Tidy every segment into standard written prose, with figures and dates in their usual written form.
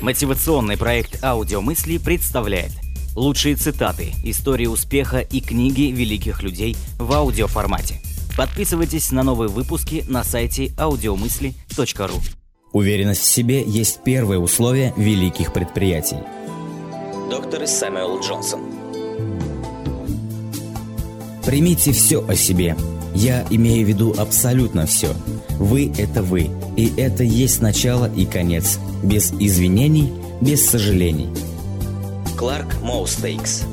Мотивационный проект «Аудиомысли» представляет лучшие цитаты, истории успеха и книги великих людей в аудиоформате. Подписывайтесь на новые выпуски на сайте audiomysli.ru. Уверенность в себе есть первое условие великих предприятий. Доктор Сэмюэл Джонсон. Примите все о себе. Я имею в виду абсолютно все. Вы – это вы. И это есть начало и конец. Без извинений, без сожалений. Кларк Моустейкс.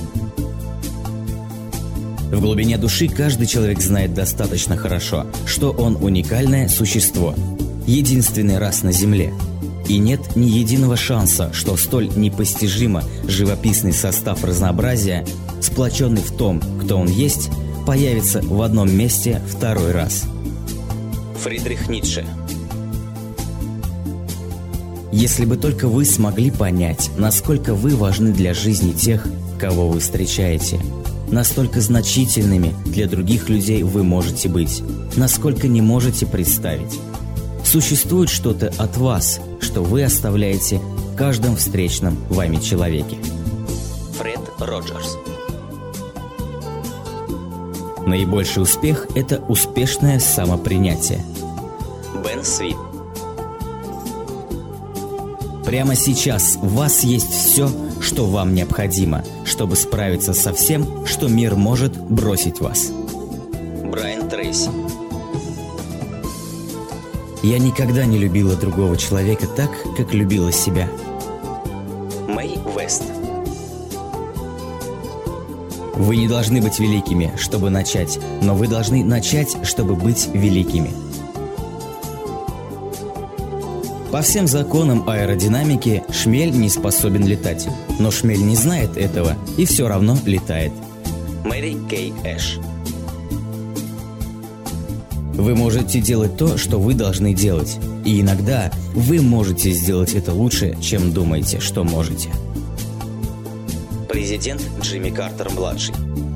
В глубине души каждый человек знает достаточно хорошо, что он уникальное существо. Единственный раз на Земле. И нет ни единого шанса, что столь непостижимо живописный состав разнообразия, сплоченный в том, кто он есть, появится в одном месте второй раз. Фридрих Ницше. Если бы только вы смогли понять, насколько вы важны для жизни тех, кого вы встречаете, настолько значительными для других людей вы можете быть, насколько не можете представить. Существует что-то от вас, что вы оставляете в каждом встречном вами человеке. Фред Роджерс. Наибольший успех – это успешное самопринятие. Бен Свит. Прямо сейчас у вас есть все, что вам необходимо, чтобы справиться со всем, что мир может бросить вас. Брайан Трейси. Я никогда не любила другого человека так, как любила себя. Мэй Вест. Вы не должны быть великими, чтобы начать, но вы должны начать, чтобы быть великими. По всем законам аэродинамики шмель не способен летать, но шмель не знает этого и все равно летает. Мэри Кей Эш. Вы можете делать то, что вы должны делать, и иногда вы можете сделать это лучше, чем думаете, что можете. Президент Джимми Картер-младший.